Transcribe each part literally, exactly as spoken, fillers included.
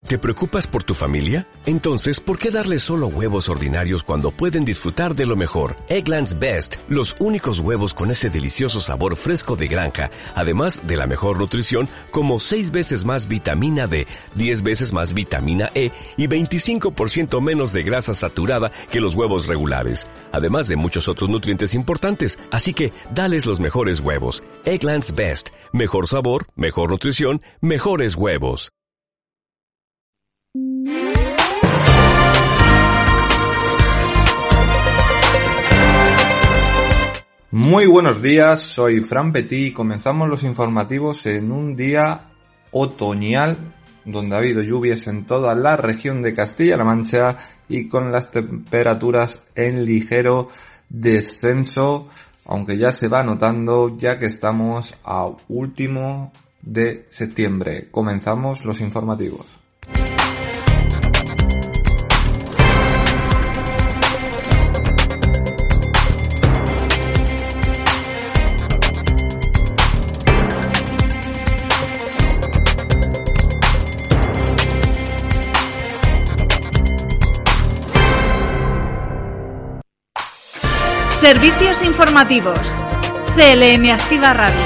¿Te preocupas por tu familia? Entonces, ¿por qué darles solo huevos ordinarios cuando pueden disfrutar de lo mejor? Eggland's Best, los únicos huevos con ese delicioso sabor fresco de granja, además de la mejor nutrición, como seis veces más vitamina D, diez veces más vitamina E y veinticinco por ciento menos de grasa saturada que los huevos regulares, además de muchos otros nutrientes importantes. Así que, dales los mejores huevos. Eggland's Best, mejor sabor, mejor nutrición, mejores huevos. Muy buenos días, soy Fran Petit y comenzamos los informativos en un día otoñal donde ha habido lluvias en toda la región de Castilla-La Mancha y con las temperaturas en ligero descenso, aunque ya se va notando ya que estamos a último de septiembre. Comenzamos los informativos. Servicios informativos. C L M Activa Radio.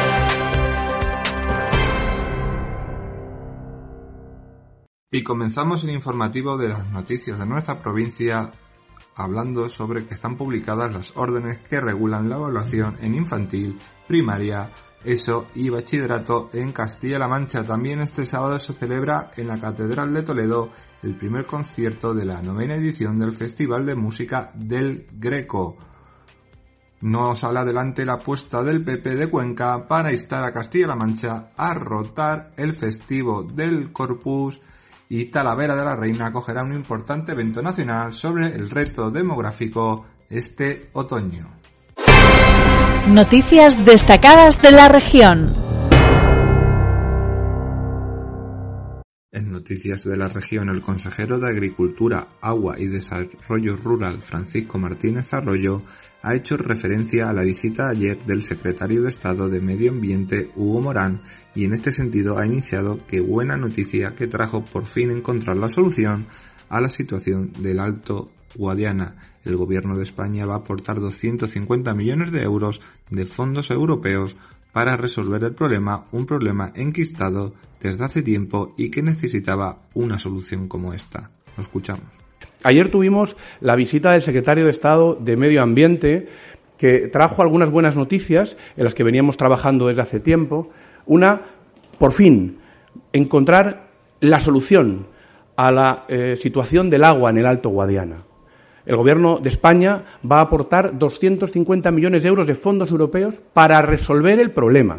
Y comenzamos el informativo de las noticias de nuestra provincia hablando sobre que están publicadas las órdenes que regulan la evaluación en infantil, primaria, ESO y bachillerato en Castilla-La Mancha. También este sábado se celebra en la Catedral de Toledo el primer concierto de la novena edición del Festival de Música del Greco. No sale adelante la apuesta del P P de Cuenca para instar a Castilla-La Mancha a rotar el festivo del Corpus y Talavera de la Reina acogerá un importante evento nacional sobre el reto demográfico este otoño. Noticias destacadas de la región. En noticias de la región, el consejero de Agricultura, Agua y Desarrollo Rural, Francisco Martínez Arroyo, ha hecho referencia a la visita ayer del secretario de Estado de Medio Ambiente, Hugo Morán, y en este sentido ha iniciado que buena noticia que trajo por fin encontrar la solución a la situación del Alto Guadiana. El Gobierno de España va a aportar doscientos cincuenta millones de euros de fondos europeos para resolver el problema, un problema enquistado desde hace tiempo y que necesitaba una solución como esta. Lo escuchamos. Ayer tuvimos la visita del secretario de Estado de Medio Ambiente, que trajo algunas buenas noticias en las que veníamos trabajando desde hace tiempo. Una, por fin, encontrar la solución a la eh, situación del agua en el Alto Guadiana. El Gobierno de España va a aportar doscientos cincuenta millones de euros de fondos europeos para resolver el problema.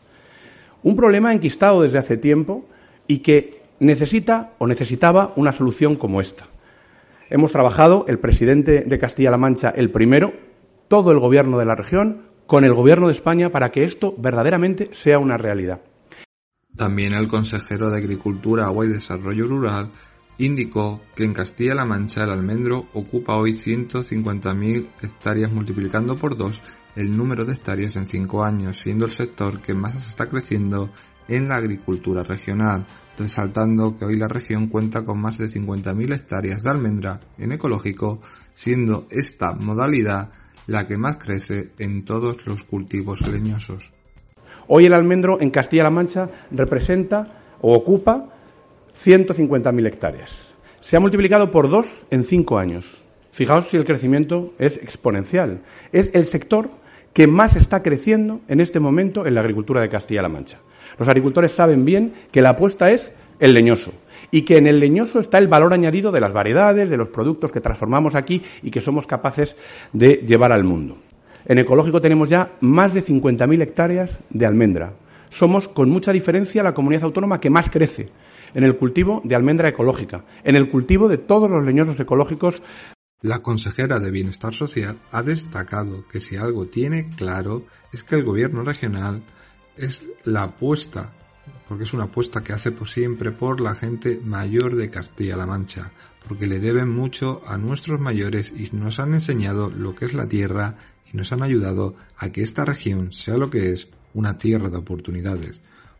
Un problema enquistado desde hace tiempo y que necesita o necesitaba una solución como esta. Hemos trabajado, el presidente de Castilla-La Mancha, el primero, todo el Gobierno de la región, con el Gobierno de España para que esto verdaderamente sea una realidad. También el consejero de Agricultura, Agua y Desarrollo Rural indicó que en Castilla-La Mancha el almendro ocupa hoy ciento cincuenta mil hectáreas, multiplicando por dos el número de hectáreas en cinco años, siendo el sector que más está creciendo en la agricultura regional, resaltando que hoy la región cuenta con más de cincuenta mil hectáreas de almendra en ecológico, siendo esta modalidad la que más crece en todos los cultivos leñosos. Hoy el almendro en Castilla-La Mancha representa o ocupa ciento cincuenta mil hectáreas. Se ha multiplicado por dos en cinco años. Fijaos si el crecimiento es exponencial. Es el sector que más está creciendo en este momento en la agricultura de Castilla-La Mancha. Los agricultores saben bien que la apuesta es el leñoso y que en el leñoso está el valor añadido de las variedades, de los productos que transformamos aquí y que somos capaces de llevar al mundo. En ecológico tenemos ya más de cincuenta mil hectáreas de almendra. Somos, con mucha diferencia, la comunidad autónoma que más crece en el cultivo de almendra ecológica, en el cultivo de todos los leñosos ecológicos. La consejera de Bienestar Social ha destacado que si algo tiene claro es que el Gobierno regional es la apuesta, porque es una apuesta que hace por siempre por la gente mayor de Castilla-La Mancha, porque le deben mucho a nuestros mayores y nos han enseñado lo que es la tierra y nos han ayudado a que esta región sea lo que es, una tierra de oportunidades.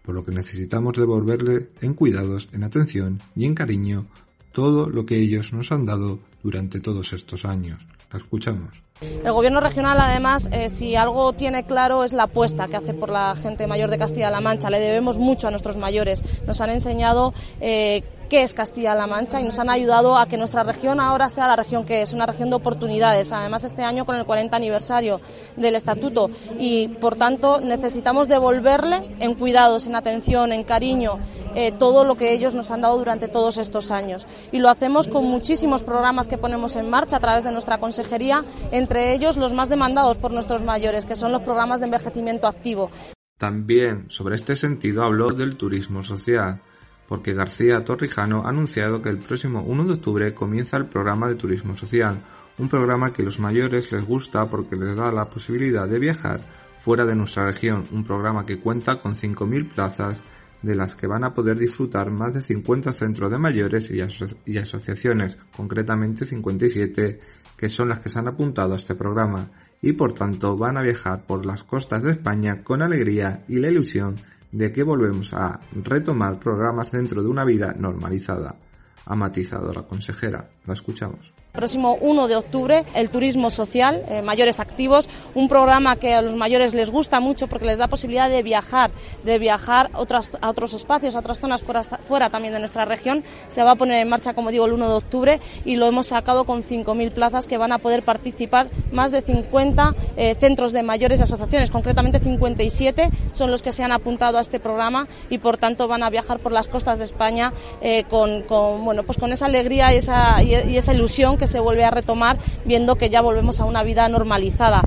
por lo que necesitamos devolverle en cuidados, en atención y en cariño todo lo que ellos nos han dado durante todos estos años. La escuchamos. El Gobierno regional, además, eh, si algo tiene claro es la apuesta que hace por la gente mayor de Castilla-La Mancha. Le debemos mucho a nuestros mayores. Nos han enseñado eh, qué es Castilla-La Mancha y nos han ayudado a que nuestra región ahora sea la región que es, una región de oportunidades. Además, este año con el cuarenta aniversario del Estatuto y, por tanto, necesitamos devolverle en cuidados, en atención, en cariño, eh, todo lo que ellos nos han dado durante todos estos años. Y lo hacemos con muchísimos programas que ponemos en marcha a través de nuestra consejería, entre ellos los más demandados por nuestros mayores, que son los programas de envejecimiento activo. También sobre este sentido habló del turismo social, porque García Torrijano ha anunciado que el próximo uno de octubre comienza el programa de turismo social, un programa que a los mayores les gusta porque les da la posibilidad de viajar fuera de nuestra región, un programa que cuenta con cinco mil plazas, de las que van a poder disfrutar más de cincuenta centros de mayores y, aso- y asociaciones, concretamente cincuenta y siete, que son las que se han apuntado a este programa, y por tanto van a viajar por las costas de España con alegría y la ilusión de que volvemos a retomar programas dentro de una vida normalizada, ha matizado la consejera. La escuchamos. Próximo uno de octubre, el turismo social, eh, mayores activos, un programa que a los mayores les gusta mucho porque les da posibilidad de viajar, de viajar otras, a otros espacios, a otras zonas fuera, fuera también de nuestra región. Se va a poner en marcha, como digo, el uno de octubre y lo hemos sacado con cinco mil plazas que van a poder participar más de cincuenta eh, centros de mayores y asociaciones, concretamente cincuenta y siete son los que se han apuntado a este programa y por tanto van a viajar por las costas de España eh, con, con, bueno, pues con esa alegría y esa, y, y esa ilusión que se vuelve a retomar viendo que ya volvemos a una vida normalizada.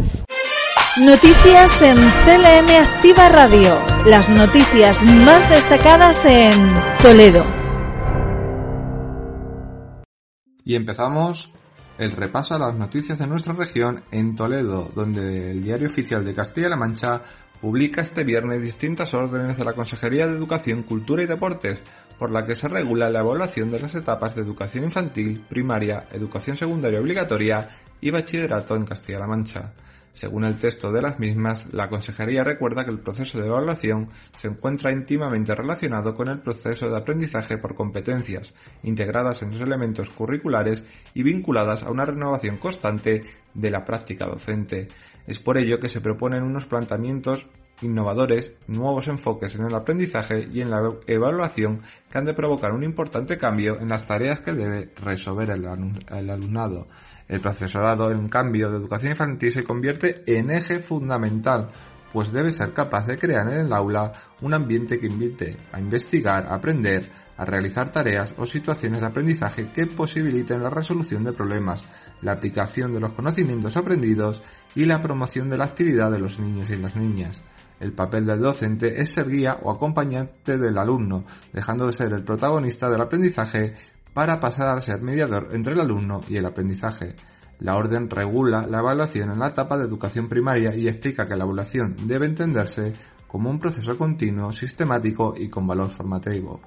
Noticias en C L M Activa Radio. Las noticias más destacadas en Toledo. Y empezamos el repaso a las noticias de nuestra región en Toledo, donde el Diario Oficial de Castilla-La Mancha publica este viernes distintas órdenes de la Consejería de Educación, Cultura y Deportes, por la que se regula la evaluación de las etapas de educación infantil, primaria, educación secundaria obligatoria y bachillerato en Castilla-La Mancha. Según el texto de las mismas, la Consejería recuerda que el proceso de evaluación se encuentra íntimamente relacionado con el proceso de aprendizaje por competencias, integradas en los elementos curriculares y vinculadas a una renovación constante de la práctica docente. Es por ello que se proponen unos planteamientos innovadores, nuevos enfoques en el aprendizaje y en la evaluación que han de provocar un importante cambio en las tareas que debe resolver el, el alumnado. El profesorado, en cambio, de educación infantil se convierte en eje fundamental, pues debe ser capaz de crear en el aula un ambiente que invite a investigar, a aprender, a realizar tareas o situaciones de aprendizaje que posibiliten la resolución de problemas, la aplicación de los conocimientos aprendidos y la promoción de la actividad de los niños y las niñas. El papel del docente es ser guía o acompañante del alumno, dejando de ser el protagonista del aprendizaje para pasar a ser mediador entre el alumno y el aprendizaje. La orden regula la evaluación en la etapa de educación primaria y explica que la evaluación debe entenderse como un proceso continuo, sistemático y con valor formativo.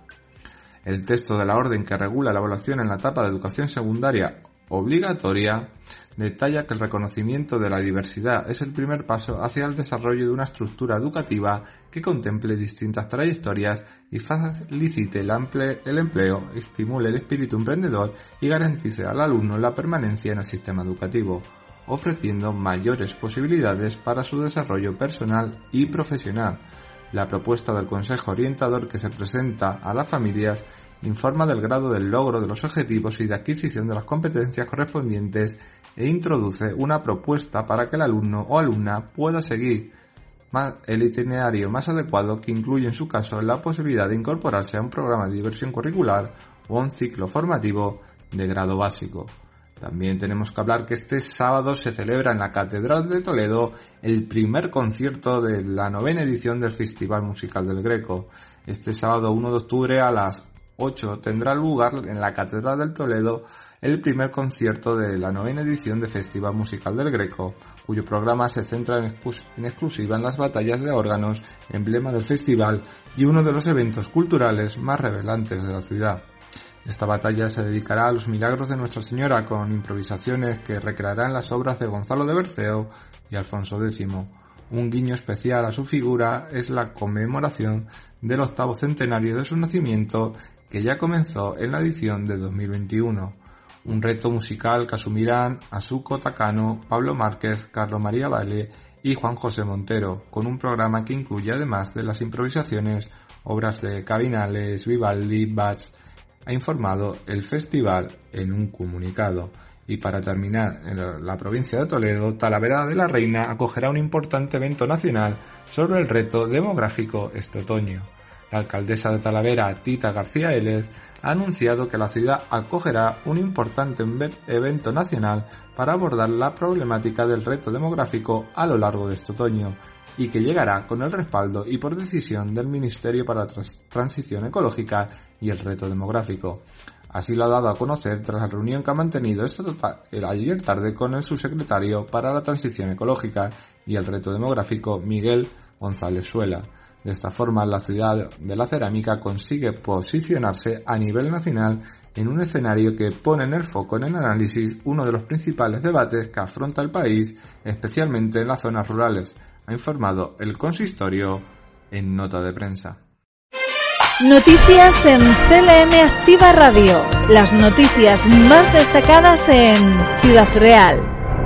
El texto de la orden que regula la evaluación en la etapa de educación secundaria obligatoria detalla que el reconocimiento de la diversidad es el primer paso hacia el desarrollo de una estructura educativa que contemple distintas trayectorias y facilite el, ample, el empleo, estimule el espíritu emprendedor y garantice al alumno la permanencia en el sistema educativo, ofreciendo mayores posibilidades para su desarrollo personal y profesional. La propuesta del Consejo Orientador que se presenta a las familias informa del grado del logro de los objetivos y de adquisición de las competencias correspondientes e introduce una propuesta para que el alumno o alumna pueda seguir el itinerario más adecuado, que incluye en su caso la posibilidad de incorporarse a un programa de diversión curricular o a un ciclo formativo de grado básico. También tenemos que hablar que este sábado se celebra en la Catedral de Toledo el primer concierto de la novena edición del Festival Musical del Greco. Este sábado uno de octubre a las ocho tendrá lugar en la Catedral del Toledo el primer concierto de la novena edición del Festival Musical del Greco, cuyo programa se centra en, exclus- en exclusiva en las batallas de órganos, emblema del festival y uno de los eventos culturales más relevantes de la ciudad. Esta batalla se dedicará a los milagros de Nuestra Señora, con improvisaciones que recrearán las obras de Gonzalo de Berceo y Alfonso X. Un guiño especial a su figura es la conmemoración del octavo centenario de su nacimiento, que ya comenzó en la edición de dos mil veintiuno. Un reto musical que asumirán Asuko Takano, Pablo Márquez, Carlos María Valle y Juan José Montero, con un programa que incluye, además de las improvisaciones, obras de Cabinales, Vivaldi, Bach, ha informado el festival en un comunicado. Y para terminar, en la provincia de Toledo, Talavera de la Reina acogerá un importante evento nacional sobre el reto demográfico este otoño. La alcaldesa de Talavera, Tita García Élez, ha anunciado que la ciudad acogerá un importante evento nacional para abordar la problemática del reto demográfico a lo largo de este otoño, y que llegará con el respaldo y por decisión del Ministerio para la Transición Ecológica y el Reto Demográfico. Así lo ha dado a conocer tras la reunión que ha mantenido esta tota- ayer tarde con el subsecretario para la Transición Ecológica y el Reto Demográfico, Miguel González Suela. De esta forma, la ciudad de la cerámica consigue posicionarse a nivel nacional en un escenario que pone en el foco en el análisis uno de los principales debates que afronta el país, especialmente en las zonas rurales, ha informado el consistorio en nota de prensa. Noticias en C L M Activa Radio. Las noticias más destacadas en Ciudad Real.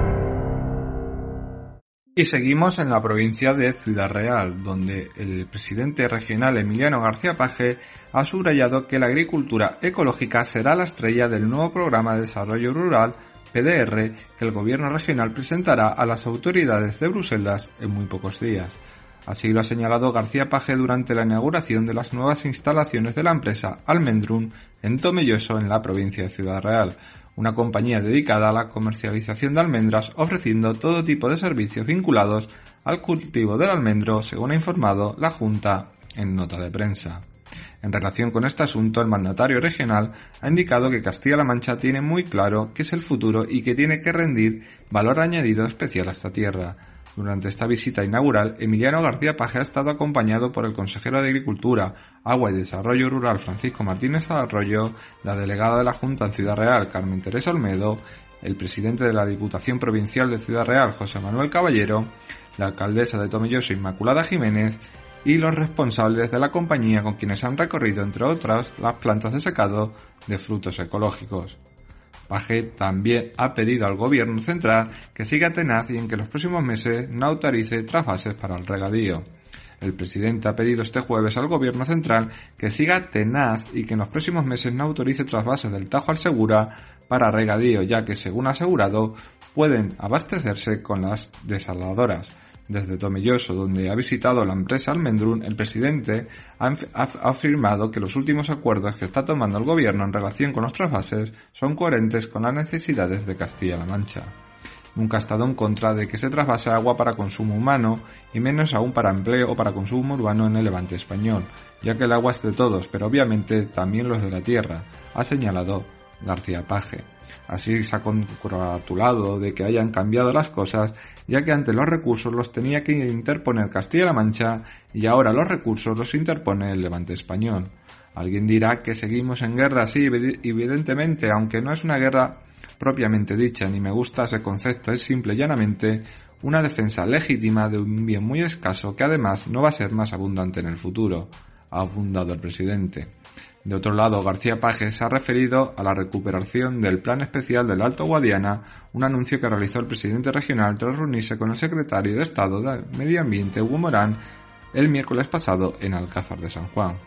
Y seguimos en la provincia de Ciudad Real, donde el presidente regional Emiliano García Paje ha subrayado que la agricultura ecológica será la estrella del nuevo programa de desarrollo rural P D R que el gobierno regional presentará a las autoridades de Bruselas en muy pocos días. Así lo ha señalado García Paje durante la inauguración de las nuevas instalaciones de la empresa Almendrún en Tomelloso, en la provincia de Ciudad Real, una compañía dedicada a la comercialización de almendras, ofreciendo todo tipo de servicios vinculados al cultivo del almendro, según ha informado la Junta en nota de prensa. En relación con este asunto, el mandatario regional ha indicado que Castilla-La Mancha tiene muy claro qué es el futuro y que tiene que rendir valor añadido especial a esta tierra. Durante esta visita inaugural, Emiliano García Paje ha estado acompañado por el consejero de Agricultura, Agua y Desarrollo Rural, Francisco Martínez Arroyo, la delegada de la Junta en Ciudad Real, Carmen Teresa Olmedo, el presidente de la Diputación Provincial de Ciudad Real, José Manuel Caballero, la alcaldesa de Tomelloso, Inmaculada Jiménez, y los responsables de la compañía, con quienes han recorrido, entre otras, las plantas de secado de frutos ecológicos. Paje también ha pedido al gobierno central que siga tenaz y en que los próximos meses no autorice trasvases para el regadío. El presidente ha pedido este jueves al gobierno central que siga tenaz y que en los próximos meses no autorice trasvases del Tajo al Segura para regadío, ya que, según ha asegurado, pueden abastecerse con las desaladoras. Desde Tomelloso, donde ha visitado la empresa Almendrún, el presidente ha, ha afirmado que los últimos acuerdos que está tomando el gobierno en relación con los trasvases son coherentes con las necesidades de Castilla-La Mancha. Nunca ha estado en contra de que se trasvase agua para consumo humano y menos aún para empleo o para consumo urbano en el Levante español, ya que el agua es de todos, pero obviamente también los de la tierra, ha señalado García Paje. Así se ha congratulado de que hayan cambiado las cosas, ya que antes los recursos los tenía que interponer Castilla-La Mancha y ahora los recursos los interpone el Levante español. Alguien dirá que seguimos en guerra, sí, evidentemente, aunque no es una guerra propiamente dicha, ni me gusta ese concepto, es simple y llanamente una defensa legítima de un bien muy escaso que además no va a ser más abundante en el futuro, ha abundado el presidente. De otro lado, García Paje se ha referido a la recuperación del Plan Especial del Alto Guadiana, un anuncio que realizó el presidente regional tras reunirse con el secretario de Estado de Medio Ambiente, Hugo Morán, el miércoles pasado en Alcázar de San Juan.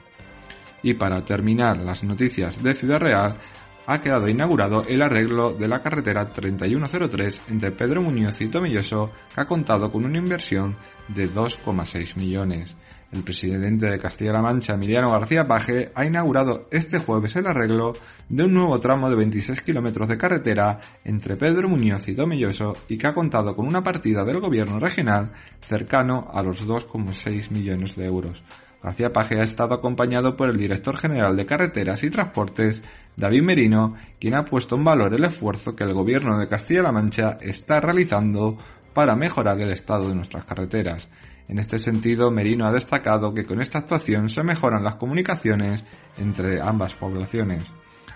Y para terminar las noticias de Ciudad Real, ha quedado inaugurado el arreglo de la carretera treinta y uno cero tres entre Pedro Muñoz y Tomelloso, que ha contado con una inversión de dos coma seis millones. El presidente de Castilla-La Mancha, Emiliano García Paje, ha inaugurado este jueves el arreglo de un nuevo tramo de veintiséis kilómetros de carretera entre Pedro Muñoz y Tomelloso y que ha contado con una partida del gobierno regional cercano a los dos coma seis millones de euros. García Paje ha estado acompañado por el director general de Carreteras y Transportes, David Merino, quien ha puesto en valor el esfuerzo que el gobierno de Castilla-La Mancha está realizando para mejorar el estado de nuestras carreteras. En este sentido, Merino ha destacado que con esta actuación se mejoran las comunicaciones entre ambas poblaciones.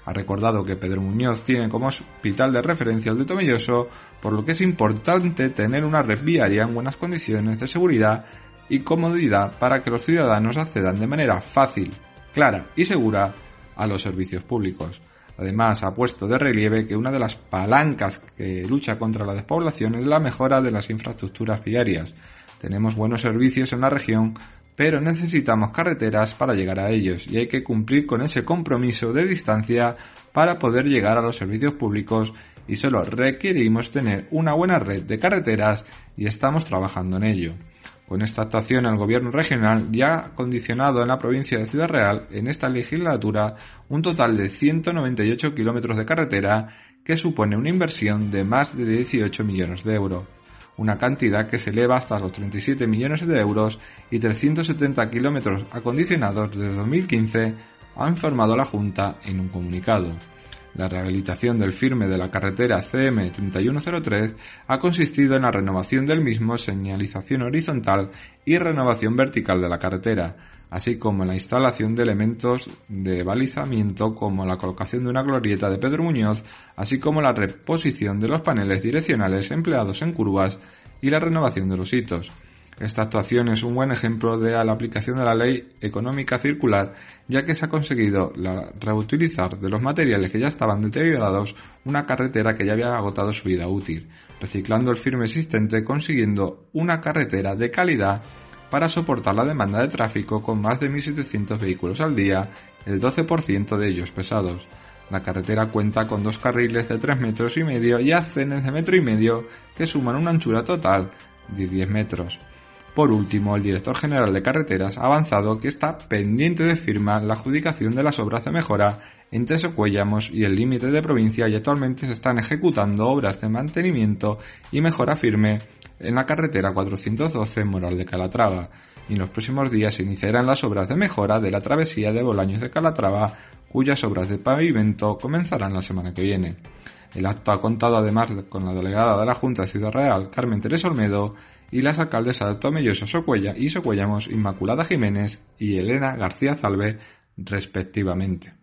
Ha recordado que Pedro Muñoz tiene como hospital de referencia el de Tomelloso, por lo que es importante tener una red viaria en buenas condiciones de seguridad y comodidad para que los ciudadanos accedan de manera fácil, clara y segura a los servicios públicos. Además, ha puesto de relieve que una de las palancas que lucha contra la despoblación es la mejora de las infraestructuras viarias. Tenemos buenos servicios en la región, pero necesitamos carreteras para llegar a ellos y hay que cumplir con ese compromiso de distancia para poder llegar a los servicios públicos y solo requerimos tener una buena red de carreteras y estamos trabajando en ello. Con esta actuación el gobierno regional ya ha condicionado en la provincia de Ciudad Real en esta legislatura un total de ciento noventa y ocho kilómetros de carretera que supone una inversión de más de dieciocho millones de euros, una cantidad que se eleva hasta los treinta y siete millones de euros y trescientos setenta kilómetros acondicionados desde dos mil quince, ha informado la Junta en un comunicado. La rehabilitación del firme de la carretera C M treinta y uno cero tres ha consistido en la renovación del mismo, señalización horizontal y renovación vertical de la carretera, así como en la instalación de elementos de balizamiento como la colocación de una glorieta de Pedro Muñoz, así como la reposición de los paneles direccionales empleados en curvas y la renovación de los hitos. Esta actuación es un buen ejemplo de la aplicación de la ley económica circular, ya que se ha conseguido la, reutilizar de los materiales que ya estaban deteriorados una carretera que ya había agotado su vida útil, reciclando el firme existente, consiguiendo una carretera de calidad para soportar la demanda de tráfico con más de mil setecientos vehículos al día, el doce por ciento de ellos pesados. La carretera cuenta con dos carriles de tres metros y medio y arcenes de metro y medio que suman una anchura total de diez metros. Por último, el director general de Carreteras ha avanzado que está pendiente de firma la adjudicación de las obras de mejora entre Socuéllamos y el límite de provincia y actualmente se están ejecutando obras de mantenimiento y mejora firme en la carretera cuatrocientos doce Moral de Calatrava y en los próximos días se iniciarán las obras de mejora de la travesía de Bolaños de Calatrava, cuyas obras de pavimento comenzarán la semana que viene. El acto ha contado además con la delegada de la Junta de Ciudad Real, Carmen Teresa Olmedo, y las alcaldesas de Tomelloso Socuella y Socuéllamos, Inmaculada Jiménez y Elena García Zalbe, respectivamente.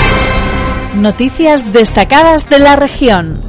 Noticias destacadas de la región.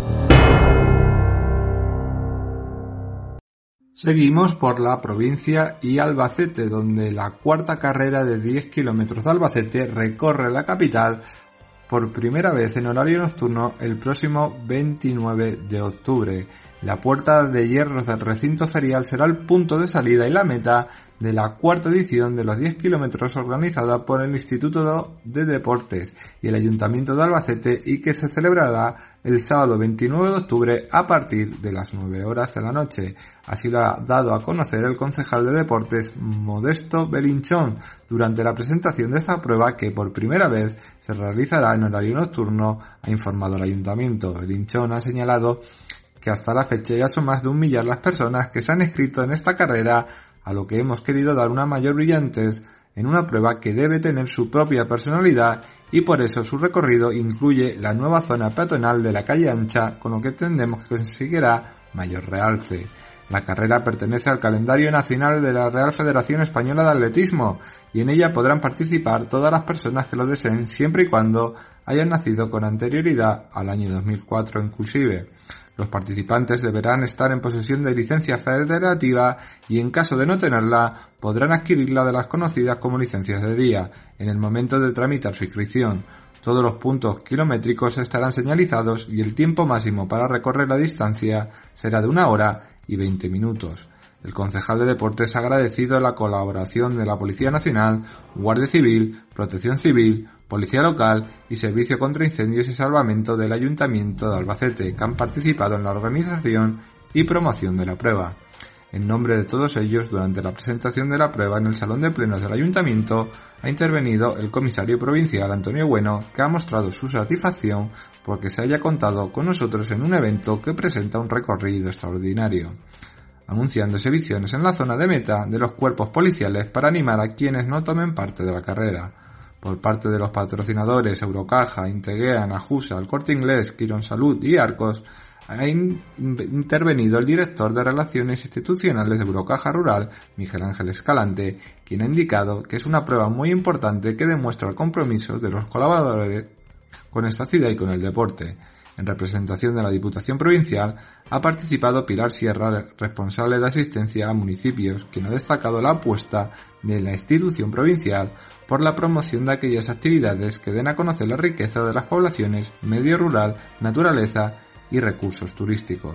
Seguimos por la provincia y Albacete, donde la cuarta carrera de diez kilómetros de Albacete recorre la capital por primera vez en horario nocturno el próximo veintinueve de octubre. La puerta de hierro del recinto ferial será el punto de salida y la meta de la cuarta edición de los diez kilómetros organizada por el Instituto de Deportes y el Ayuntamiento de Albacete y que se celebrará el sábado veintinueve de octubre a partir de las nueve horas de la noche. Así lo ha dado a conocer el concejal de Deportes Modesto Belinchón durante la presentación de esta prueba que por primera vez se realizará en horario nocturno, ha informado el Ayuntamiento. Belinchón ha señalado que hasta la fecha ya son más de un millar las personas que se han inscrito en esta carrera, a lo que hemos querido dar una mayor brillantez en una prueba que debe tener su propia personalidad y por eso su recorrido incluye la nueva zona peatonal de la calle ancha, con lo que entendemos que conseguirá mayor realce. La carrera pertenece al calendario nacional de la Real Federación Española de Atletismo y en ella podrán participar todas las personas que lo deseen siempre y cuando hayan nacido con anterioridad al año dos mil cuatro inclusive. Los participantes deberán estar en posesión de licencia federativa y en caso de no tenerla podrán adquirirla de las conocidas como licencias de día en el momento de tramitar su inscripción. Todos los puntos kilométricos estarán señalizados y el tiempo máximo para recorrer la distancia será de una hora y veinte minutos. El concejal de Deportes ha agradecido la colaboración de la Policía Nacional, Guardia Civil, Protección Civil, Policía Local y Servicio contra Incendios y Salvamento del Ayuntamiento de Albacete, que han participado en la organización y promoción de la prueba. En nombre de todos ellos, durante la presentación de la prueba en el Salón de Plenos del Ayuntamiento, ha intervenido el comisario provincial Antonio Bueno, que ha mostrado su satisfacción porque se haya contado con nosotros en un evento que presenta un recorrido extraordinario, anunciando exhibiciones en la zona de meta de los cuerpos policiales para animar a quienes no tomen parte de la carrera. Por parte de los patrocinadores Eurocaja, Integuean, Ajusa, El Corte Inglés, Quirón Salud y Arcos, ha in- intervenido el director de Relaciones Institucionales de Eurocaja Rural, Miguel Ángel Escalante, quien ha indicado que es una prueba muy importante que demuestra el compromiso de los colaboradores con esta ciudad y con el deporte. En representación de la Diputación Provincial ha participado Pilar Sierra, responsable de asistencia a municipios, quien ha destacado la apuesta de la institución provincial por la promoción de aquellas actividades que den a conocer la riqueza de las poblaciones, medio rural, naturaleza y recursos turísticos.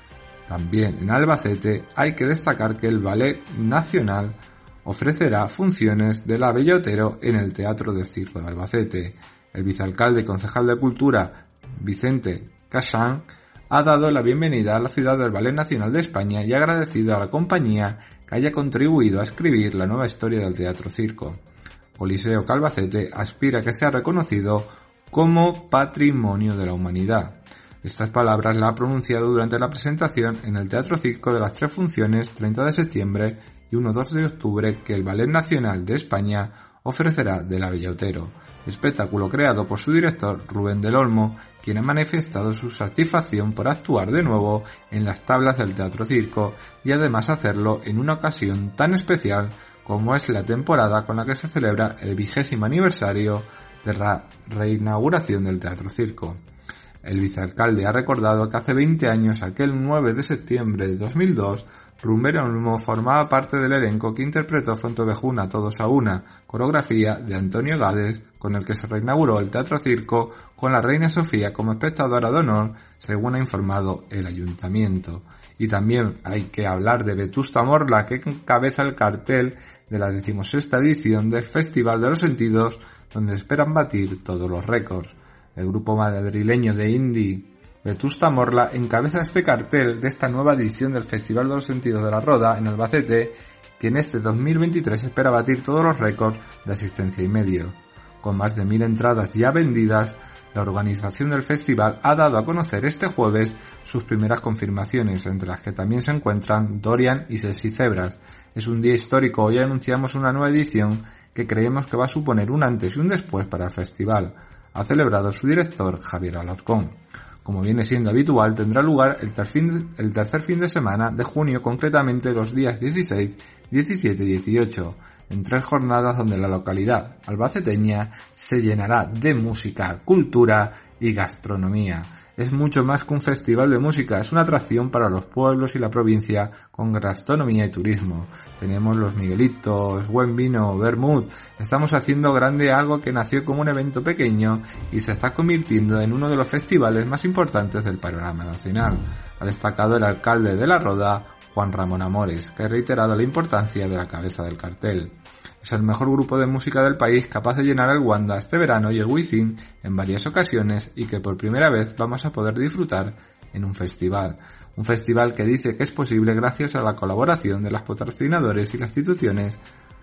También en Albacete hay que destacar que el Ballet Nacional ofrecerá funciones de la Bella Otero en el Teatro del Circo de Albacete. El vicealcalde y concejal de Cultura, Vicente Casán, ha dado la bienvenida a la ciudad del Ballet Nacional de España y ha agradecido a la compañía que haya contribuido a escribir la nueva historia del Teatro Circo. Coliseo Albacete aspira a que sea reconocido como Patrimonio de la Humanidad. Estas palabras las ha pronunciado durante la presentación en el Teatro Circo de las tres funciones treinta de septiembre y uno dos de octubre que el Ballet Nacional de España ofrecerá de la Bella Otero, espectáculo creado por su director Rubén del Olmo, quien ha manifestado su satisfacción por actuar de nuevo en las tablas del Teatro Circo y además hacerlo en una ocasión tan especial como es la temporada con la que se celebra el vigésimo aniversario de la reinauguración del Teatro Circo. El vicealcalde ha recordado que hace veinte años, aquel nueve de septiembre de dos mil dos, Rubén Olmo formaba parte del elenco que interpretó Fontevejuna Todos a Una, coreografía de Antonio Gades, con el que se reinauguró el Teatro Circo con la reina Sofía como espectadora de honor, según ha informado el ayuntamiento. Y también hay que hablar de Vetusta Morla, que encabeza el cartel de la decimosexta edición del Festival de los Sentidos, donde esperan batir todos los récords. El grupo madrileño de indie Vetusta Morla encabeza este cartel de esta nueva edición del Festival de los Sentidos de la Roda en Albacete, que en este dos mil veintitrés espera batir todos los récords de asistencia y medio. Con más de mil entradas ya vendidas, la organización del festival ha dado a conocer este jueves sus primeras confirmaciones, entre las que también se encuentran Dorian y Sexy Zebras. Es un día histórico, hoy anunciamos una nueva edición que creemos que va a suponer un antes y un después para el festival, ha celebrado su director Javier Alarcón. Como viene siendo habitual, tendrá lugar el, ter fin, el tercer fin de semana de junio, concretamente los días dieciséis, diecisiete y dieciocho, en tres jornadas donde la localidad albaceteña se llenará de música, cultura y gastronomía. Es mucho más que un festival de música, es una atracción para los pueblos y la provincia con gastronomía y turismo. Tenemos los Miguelitos, buen vino, vermut. Estamos haciendo grande algo que nació como un evento pequeño y se está convirtiendo en uno de los festivales más importantes del panorama nacional. Ha destacado el alcalde de La Roda, Juan Ramón Amores, que ha reiterado la importancia de la cabeza del cartel. Es el mejor grupo de música del país, capaz de llenar el Wanda este verano y el Wizzing en varias ocasiones, y que por primera vez vamos a poder disfrutar en un festival. Un festival que dice que es posible gracias a la colaboración de los patrocinadores y las instituciones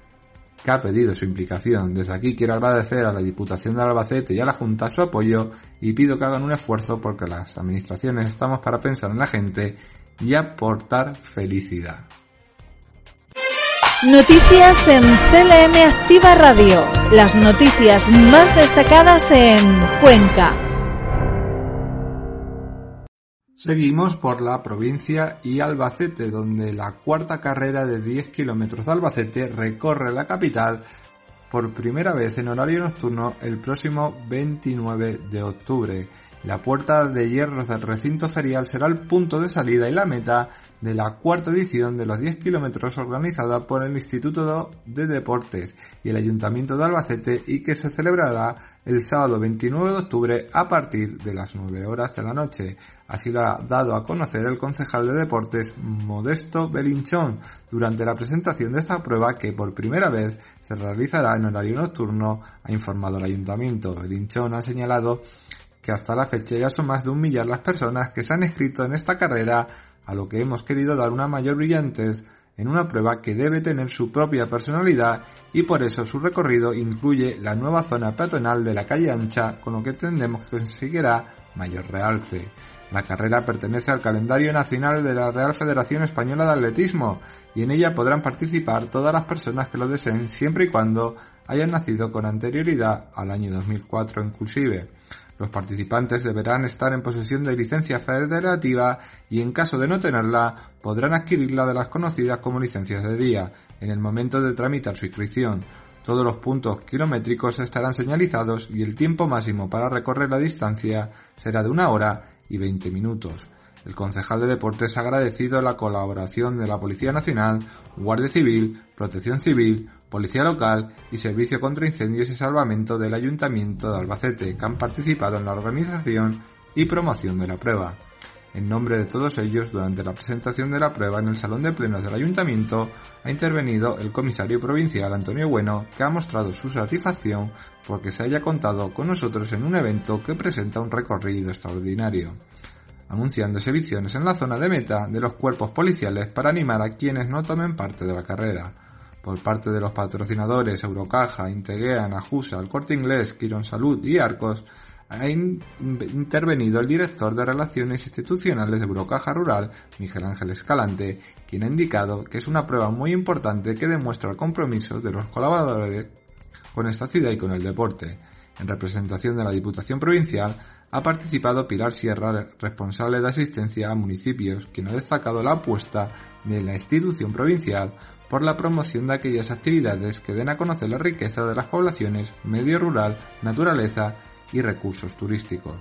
que ha pedido su implicación. Desde aquí quiero agradecer a la Diputación de Albacete y a la Junta su apoyo y pido que hagan un esfuerzo porque las administraciones estamos para pensar en la gente y aportar felicidad. Noticias en C L M Activa Radio. Las noticias más destacadas en Cuenca. Seguimos por la provincia y Albacete, donde la cuarta carrera de diez kilómetros de Albacete recorre la capital por primera vez en horario nocturno el próximo veintinueve de octubre. La puerta de hierro del recinto ferial será el punto de salida y la meta de la cuarta edición de los diez kilómetros organizada por el Instituto de Deportes y el Ayuntamiento de Albacete y que se celebrará el sábado veintinueve de octubre a partir de las nueve horas de la noche. Así lo ha dado a conocer el concejal de Deportes Modesto Belinchón durante la presentación de esta prueba que por primera vez se realizará en horario nocturno, ha informado el Ayuntamiento. Belinchón ha señalado que hasta la fecha ya son más de un millar las personas que se han inscrito en esta carrera, a lo que hemos querido dar una mayor brillantez en una prueba que debe tener su propia personalidad y por eso su recorrido incluye la nueva zona peatonal de la calle ancha, con lo que entendemos que conseguirá mayor realce. La carrera pertenece al calendario nacional de la Real Federación Española de Atletismo y en ella podrán participar todas las personas que lo deseen siempre y cuando hayan nacido con anterioridad al año dos mil cuatro inclusive. Los participantes deberán estar en posesión de licencia federativa y en caso de no tenerla podrán adquirirla de las conocidas como licencias de día en el momento de tramitar su inscripción. Todos los puntos kilométricos estarán señalizados y el tiempo máximo para recorrer la distancia será de una hora y veinte minutos. El concejal de Deportes ha agradecido la colaboración de la Policía Nacional, Guardia Civil, Protección Civil, Policía Local y Servicio contra Incendios y Salvamento del Ayuntamiento de Albacete, que han participado en la organización y promoción de la prueba. En nombre de todos ellos, durante la presentación de la prueba en el Salón de Plenos del Ayuntamiento, ha intervenido el comisario provincial Antonio Bueno, que ha mostrado su satisfacción porque se haya contado con nosotros en un evento que presenta un recorrido extraordinario, anunciando exhibiciones en la zona de meta de los cuerpos policiales para animar a quienes no tomen parte de la carrera. Por parte de los patrocinadores Eurocaja, Integuea, Najusa, El Corte Inglés, Quirón Salud y Arcos, ha in- intervenido el director de Relaciones Institucionales de Eurocaja Rural, Miguel Ángel Escalante, quien ha indicado que es una prueba muy importante que demuestra el compromiso de los colaboradores con esta ciudad y con el deporte. En representación de la Diputación Provincial, ha participado Pilar Sierra, responsable de asistencia a municipios, quien ha destacado la apuesta de la institución provincial por la promoción de aquellas actividades que den a conocer la riqueza de las poblaciones, medio rural, naturaleza y recursos turísticos.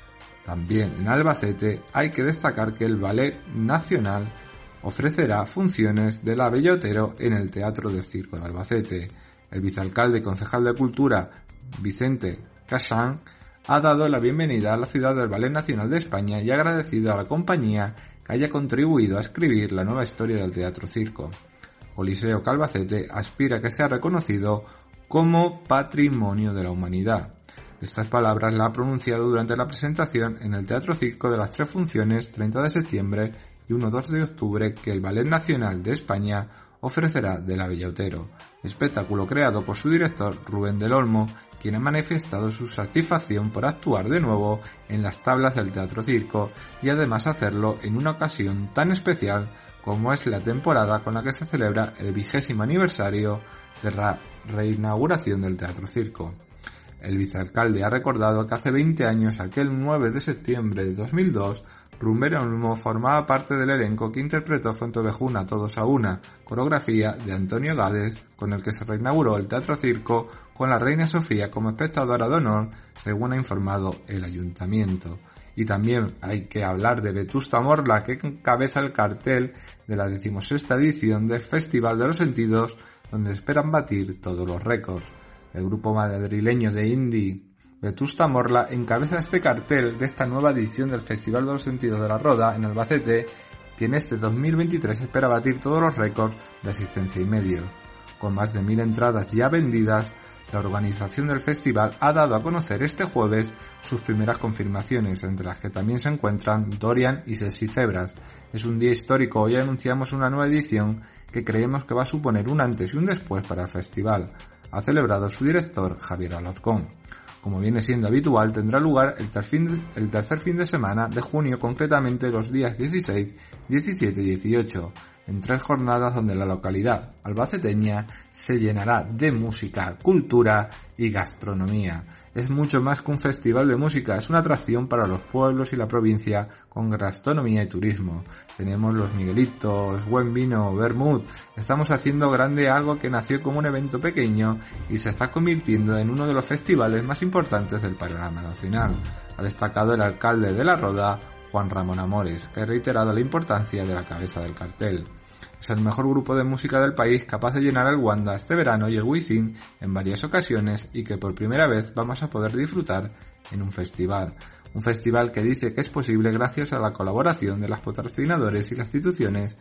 También en Albacete hay que destacar que el Ballet Nacional ofrecerá funciones de la Bella Otero en el Teatro del Circo de Albacete. El vicealcalde y concejal de Cultura, Vicente Casán, ha dado la bienvenida a la ciudad del Ballet Nacional de España y ha agradecido a la compañía que haya contribuido a escribir la nueva historia del Teatro Circo. Coliseo Albacete aspira a que sea reconocido como Patrimonio de la Humanidad. Estas palabras las ha pronunciado durante la presentación en el Teatro Circo de las tres funciones treinta de septiembre y uno dos de octubre que el Ballet Nacional de España ofrecerá de la Bella Otero, espectáculo creado por su director Rubén del Olmo, quien ha manifestado su satisfacción por actuar de nuevo en las tablas del Teatro Circo y además hacerlo en una ocasión tan especial como es la temporada con la que se celebra el vigésimo aniversario de la reinauguración del Teatro Circo. El vicealcalde ha recordado que hace veinte años, aquel nueve de septiembre de dos mil dos, Rubén Olmo formaba parte del elenco que interpretó Fuentovejuna Todos a Una, coreografía de Antonio Gades, con el que se reinauguró el Teatro Circo con la reina Sofía como espectadora de honor, según ha informado el ayuntamiento. Y también hay que hablar de Vetusta Morla, que encabeza el cartel de la decimosexta edición del Festival de los Sentidos, donde esperan batir todos los récords. El grupo madrileño de indie Vetusta Morla encabeza este cartel de esta nueva edición del Festival de los Sentidos de la Roda en Albacete, que en este dos mil veintitrés espera batir todos los récords de asistencia y medio. Con más de mil entradas ya vendidas, la organización del festival ha dado a conocer este jueves sus primeras confirmaciones, entre las que también se encuentran Dorian y Sexy Zebras. Es un día histórico, hoy anunciamos una nueva edición que creemos que va a suponer un antes y un después para el festival, ha celebrado su director Javier Alarcón. Como viene siendo habitual, tendrá lugar el, ter fin, el tercer fin de semana de junio, concretamente los días dieciséis, diecisiete y dieciocho, en tres jornadas donde la localidad albaceteña se llenará de música, cultura y gastronomía. Es mucho más que un festival de música, es una atracción para los pueblos y la provincia con gastronomía y turismo. Tenemos los Miguelitos, buen vino, vermut. Estamos haciendo grande algo que nació como un evento pequeño y se está convirtiendo en uno de los festivales más importantes del panorama nacional, ha destacado el alcalde de La Roda, Juan Ramón Amores, que ha reiterado la importancia de la cabeza del cartel. Es el mejor grupo de música del país, capaz de llenar el Wanda este verano y el Wizzing en varias ocasiones, y que por primera vez vamos a poder disfrutar en un festival. Un festival que dice que es posible gracias a la colaboración de los patrocinadores y las instituciones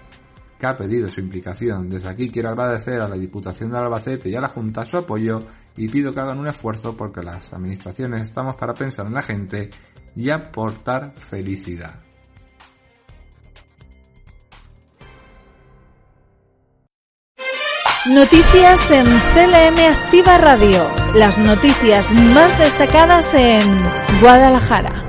que ha pedido su implicación. Desde aquí quiero agradecer a la Diputación de Albacete y a la Junta su apoyo y pido que hagan un esfuerzo porque las administraciones estamos para pensar en la gente y aportar felicidad. Noticias en C L M Activa Radio. Las noticias más destacadas en Guadalajara.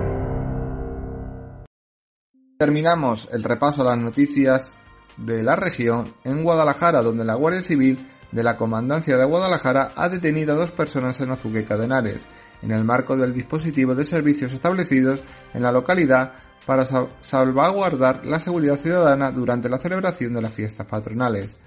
Terminamos el repaso a las noticias de la región en Guadalajara, donde la Guardia Civil de la Comandancia de Guadalajara ha detenido a dos personas en Azuqueca de Henares, en el marco del dispositivo de servicios establecidos en la localidad para salvaguardar la seguridad ciudadana durante la celebración de las fiestas patronales.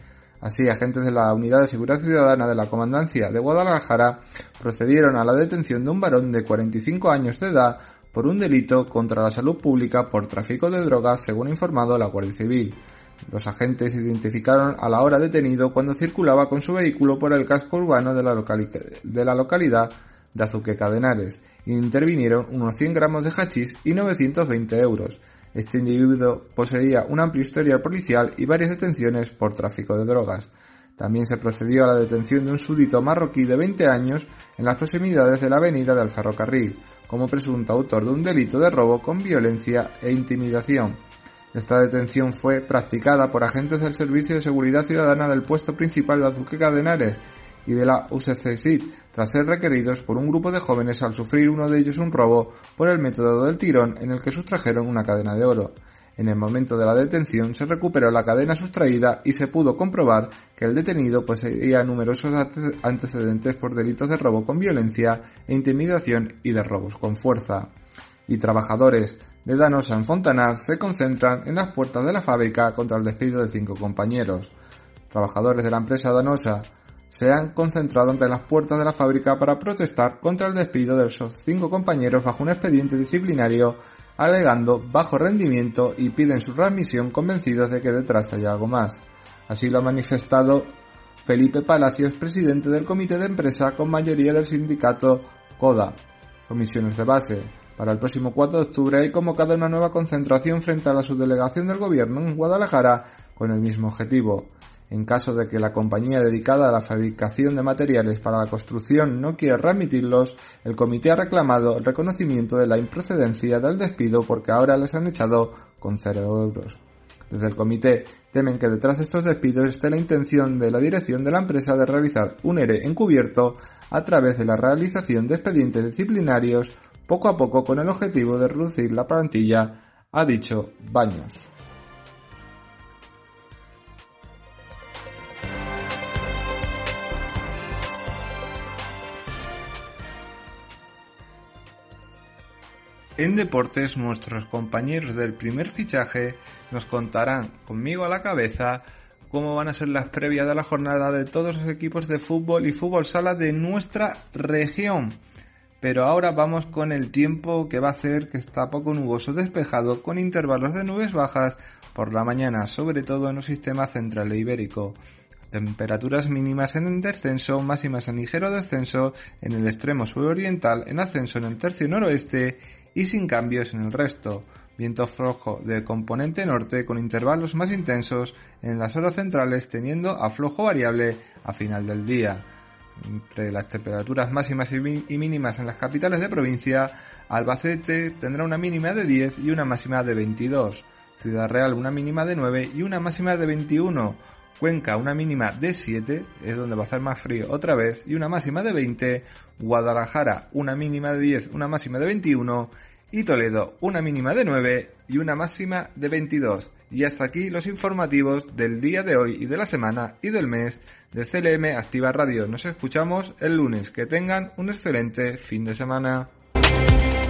Así, agentes de la Unidad de Seguridad Ciudadana de la Comandancia de Guadalajara procedieron a la detención de un varón de cuarenta y cinco años de edad por un delito contra la salud pública por tráfico de drogas, según ha informado la Guardia Civil. Los agentes identificaron al ahora detenido cuando circulaba con su vehículo por el casco urbano de la, locali- de la localidad de Azuqueca de Henares e intervinieron unos cien gramos de hachís y novecientos veinte euros. Este individuo poseía un amplio historial policial y varias detenciones por tráfico de drogas. También se procedió a la detención de un súbdito marroquí de veinte años en las proximidades de la avenida del Ferrocarril, como presunto autor de un delito de robo con violencia e intimidación. Esta detención fue practicada por agentes del Servicio de Seguridad Ciudadana del puesto principal de Azuqueca de Henares y de la U C C S I T, tras ser requeridos por un grupo de jóvenes al sufrir uno de ellos un robo por el método del tirón, en el que sustrajeron una cadena de oro. En el momento de la detención se recuperó la cadena sustraída y se pudo comprobar que el detenido poseía numerosos antecedentes por delitos de robo con violencia e intimidación y de robos con fuerza. Y trabajadores de Danosa en Fontanar se concentran en las puertas de la fábrica contra el despido de cinco compañeros. Trabajadores de la empresa Danosa se han concentrado ante las puertas de la fábrica para protestar contra el despido de esos cinco compañeros bajo un expediente disciplinario, alegando bajo rendimiento, y piden su readmisión convencidos de que detrás hay algo más. Así lo ha manifestado Felipe Palacios, presidente del comité de empresa con mayoría del sindicato CODA, Comisiones de Base. Para el próximo cuatro de octubre hay convocada una nueva concentración frente a la subdelegación del gobierno en Guadalajara con el mismo objetivo. En caso de que la compañía dedicada a la fabricación de materiales para la construcción no quiera readmitirlos, el comité ha reclamado el reconocimiento de la improcedencia del despido porque ahora les han echado con cero euros. Desde el comité temen que detrás de estos despidos esté la intención de la dirección de la empresa de realizar un E R E encubierto a través de la realización de expedientes disciplinarios poco a poco con el objetivo de reducir la plantilla, ha dicho Baños. En deportes, nuestros compañeros del primer fichaje nos contarán, conmigo a la cabeza, cómo van a ser las previas de la jornada de todos los equipos de fútbol y fútbol sala de nuestra región. Pero ahora vamos con el tiempo, que va a hacer que está poco nuboso despejado con intervalos de nubes bajas por la mañana, sobre todo en el sistema central e ibérico. Temperaturas mínimas en descenso, máximas en ligero descenso en el extremo suroriental, en ascenso en el tercio noroeste y sin cambios en el resto. Viento flojo de componente norte con intervalos más intensos en las horas centrales, teniendo a flojo variable a final del día. Entre las temperaturas máximas y mínimas en las capitales de provincia, Albacete tendrá una mínima de diez y una máxima de veintidós, Ciudad Real una mínima de nueve y una máxima de veintiuno, Cuenca una mínima de siete, es donde va a estar más frío otra vez, y una máxima de veinte, Guadalajara una mínima de diez, una máxima de veintiuno, y Toledo una mínima de nueve y una máxima de veintidós. Y hasta aquí los informativos del día de hoy y de la semana y del mes de C L M Activa Radio. Nos escuchamos el lunes. Que tengan un excelente fin de semana.